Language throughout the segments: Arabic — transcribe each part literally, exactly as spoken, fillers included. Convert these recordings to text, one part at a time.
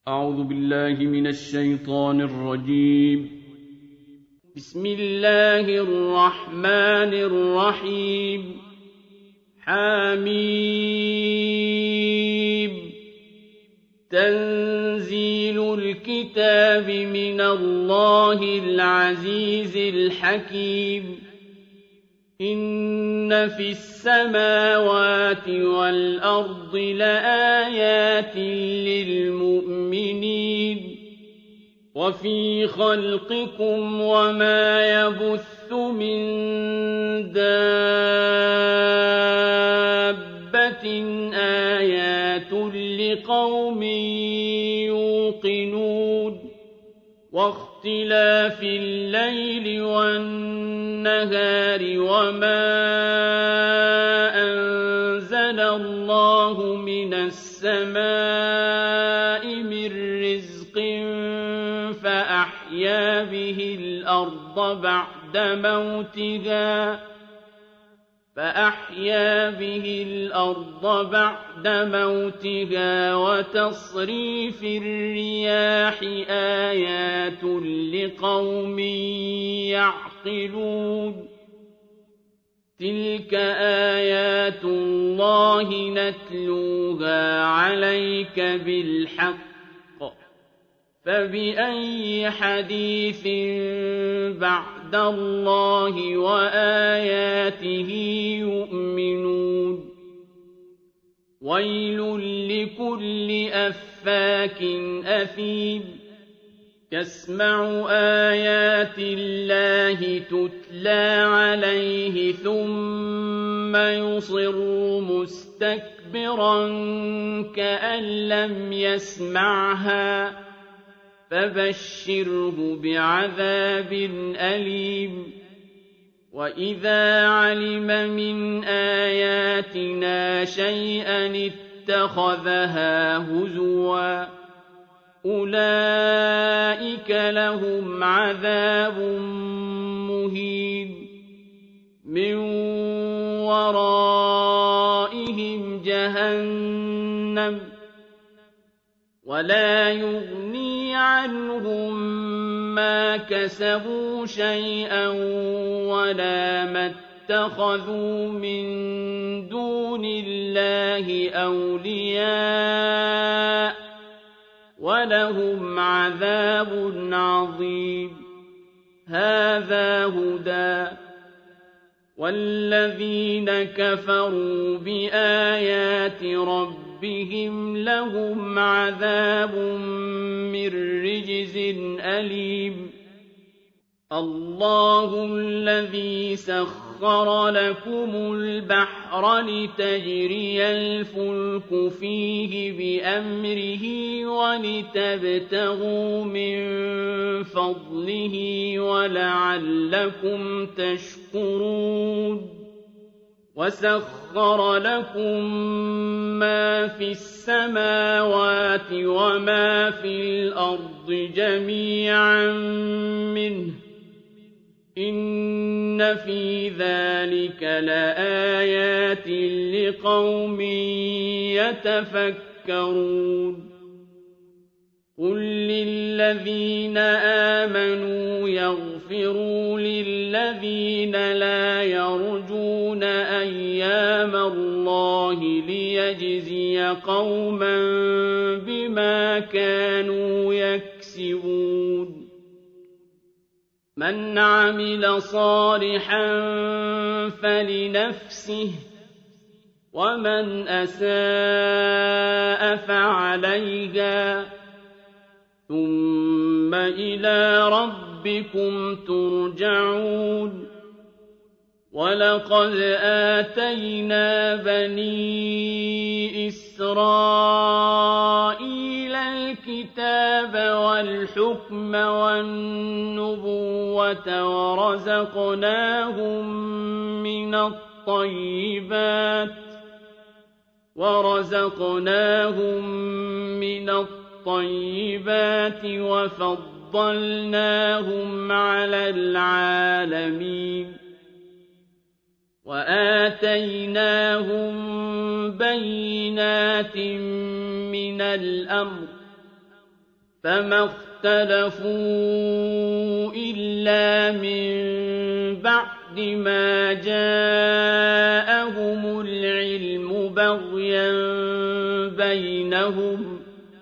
أعوذ بالله من الشيطان الرجيم. بسم الله الرحمن الرحيم. حميم. تنزيل الكتاب من الله العزيز الحكيم. إن في السماوات والأرض لآيات للمؤمنين وفي خلقكم وما يبث من دابة آيات لقوم يوقنون واختلاف الليل والنهار وما أنزل الله من السماء من رزق فأحيا به الأرض بعد موتها فأحيا به الأرض بعد موتها وتصريف الرياح آيات لقوم يعقلون تلك آيات الله نتلوها عليك بالحق فبأي حديث بعد الله وآياته يؤمنون ويل لكل أفاك أثيم يسمع آيات الله تتلى عليه ثم يصر مستكبرا كأن لم يسمعها فبشره بعذاب أليم وإذا علم من آياتنا شيئا اتخذها هزوا أولئك لهم عذاب مهين من ورائهم جهنم ولا يغني عنهم ما كسبوا شيئا ولا ما اتخذوا من دون الله أولياء ولهم عذاب عظيم هذا هدى والذين كفروا بآيات ربهم بهم لهم عذاب من رجز أليم الله الذي سخر لكم البحر لتجري الفلك فيه بأمره ولتبتغوا من فضله ولعلكم تشكرون وسخر لكم ما في السماوات وما في الأرض جميعا منه إن في ذلك لآيات لقوم يتفكرون قل للذين آمنوا يغفروا للذين لا يرجون أيام الله ليجزي قوما بما كانوا يكسبون من عمل صالحا فلنفسه ومن أساء فعليها ثم إلى ربكم ترجعون ولقد آتينا بني إسرائيل الكتاب والحكم والنبوة ورزقناهم من الطيبات ورزقناهم من الطيبات وفضلناهم على العالمين وآتيناهم بينات من الأمر فما اختلفوا إلا من بعد ما جاءهم العلم بغيا بينهم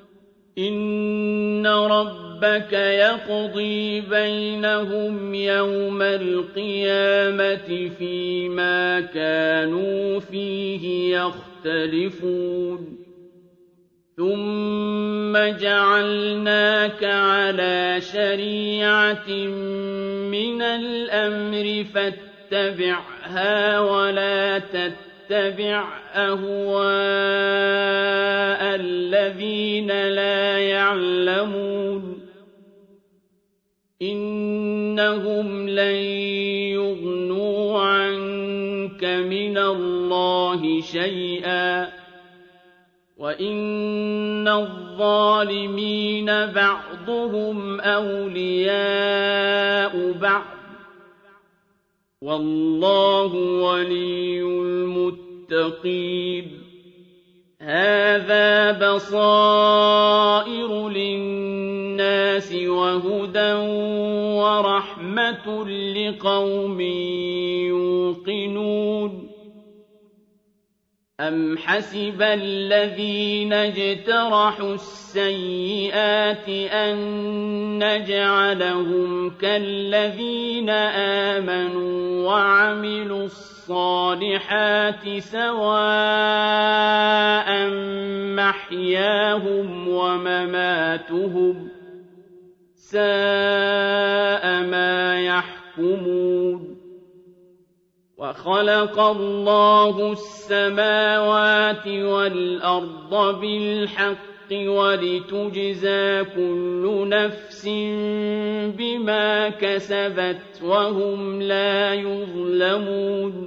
إن ربك يقضي بينهم يوم القيامة فيما كانوا فيه يختلفون ثم جعلناك على شريعة من الأمر فاتبعها ولا تتبع أهواء الذين لا يعلمون إنهم لن يغنوا عنك من الله شيئا وإن الظالمين بعضهم أولياء بعض والله ولي المتقين هذا بصائر للناس وهدى ورحمة لقوم يوقنون أم حسب الذين اجترحوا السيئات أن نجعلهم كالذين آمنوا وعملوا الصالحات سواء محياهم ومماتهم ساء ما يحكمون وخلق الله السماوات والأرض بالحق ولتجزى كل نفس بما كسبت وهم لا يظلمون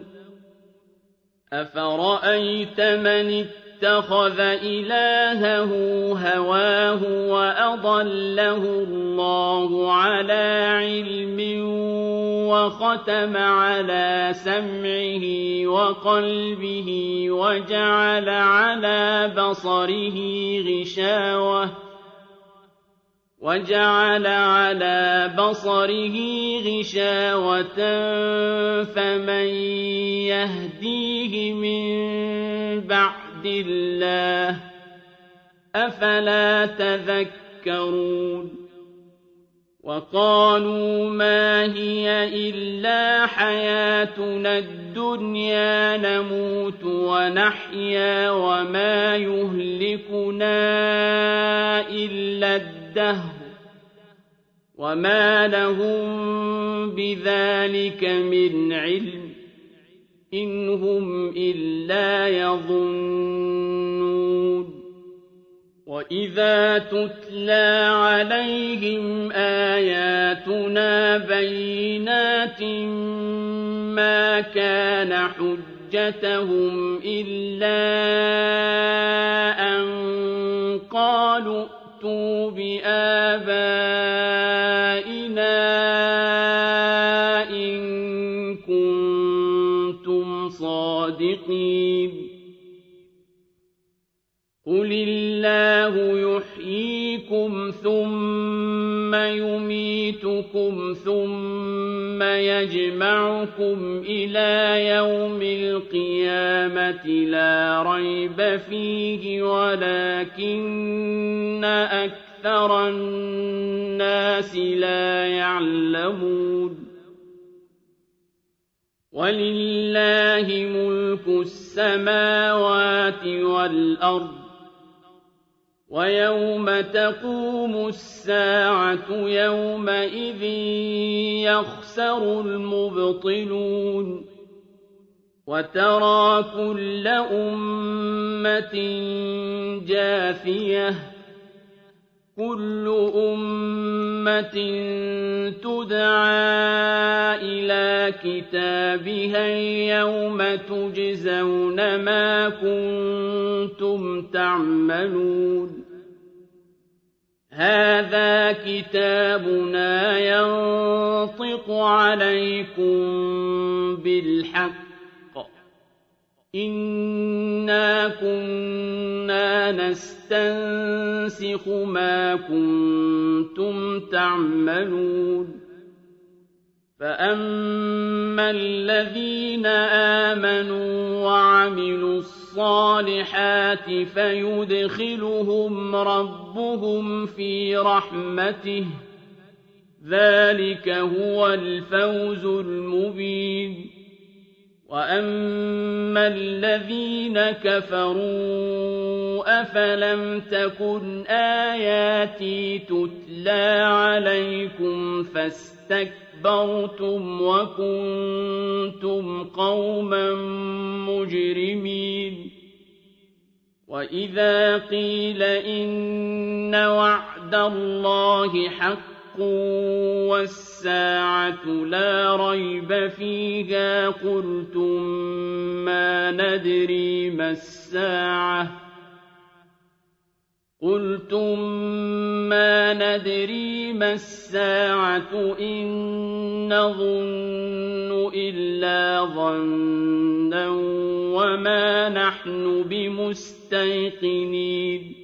أفرأيت من اتخذ إلهه هواه وأضله الله على علم وختم على سمعه وقلبه وجعل على بصره غشاوة وجعل على بصره غشاوة فمن يهديه من بعد الله أفلا تذكرون وقالوا ما هي إلا حياتنا الدنيا نموت ونحيا وما يهلكنا إلا الدهر وما لهم بذلك من علم إن هم إلا يظنون وإذا تتلى عليهم آياتنا بينات ما كان حجتهم إلا أن قالوا ائتوا بآبائنا إن كنتم صادقين قل الله يحييكم ثم يميتكم ثم يجمعكم إلى يوم القيامة لا ريب فيه ولكن أكثر الناس لا يعلمون ولله ملك السماوات والأرض ويوم تقوم الساعة يومئذ يخسر المبطلون وترى كل أمة جاثية كل أمة تدعى إلى كتابها اليوم تجزون ما كنتم تعملون هذا كتابنا ينطق عليكم بالحق إنا كنا نستنسخ ينسخ ما كنتم تعملون فأما الذين آمنوا وعملوا الصالحات فيدخلهم ربهم في رحمته ذلك هو الفوز المبين وأما الذين كفروا أفلم تكن آياتي تتلى عليكم فاستكبرتم وكنتم قوما مجرمين وإذا قيل إن وعد الله حق والساعة لا ريب فيها قلتم ما ندري ما الساعة قلتم ما ندري ما الساعة إن نظن إلا ظنا وما نحن بمستيقنين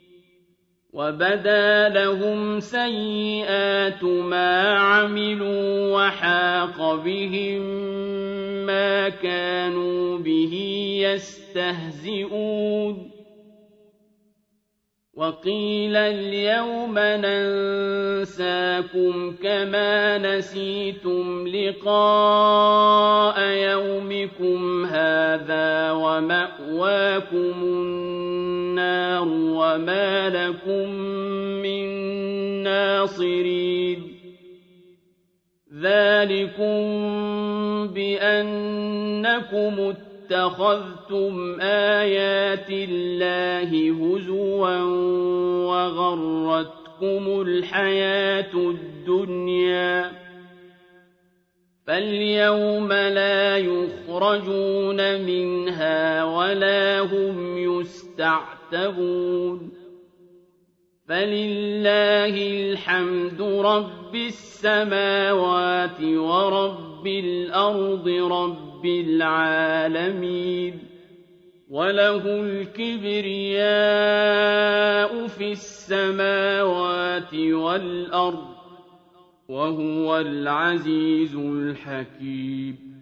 وبدا لهم سيئات ما عملوا وحاق بهم ما كانوا به يستهزئون وقيل اليوم ننساكم كما نسيتم لقاء يومكم هذا ومأواكم النار وما لكم من ناصرين ذلكم بأنكم اتخذتم آيات الله هزوا وغرتكم الحياة الدنيا فاليوم لا يخرجون منها ولا هم يستعتبون فلله الحمد رب السماوات ورب الأرض رب العالمين وله الكبرياء في السماوات والأرض وهو العزيز الحكيم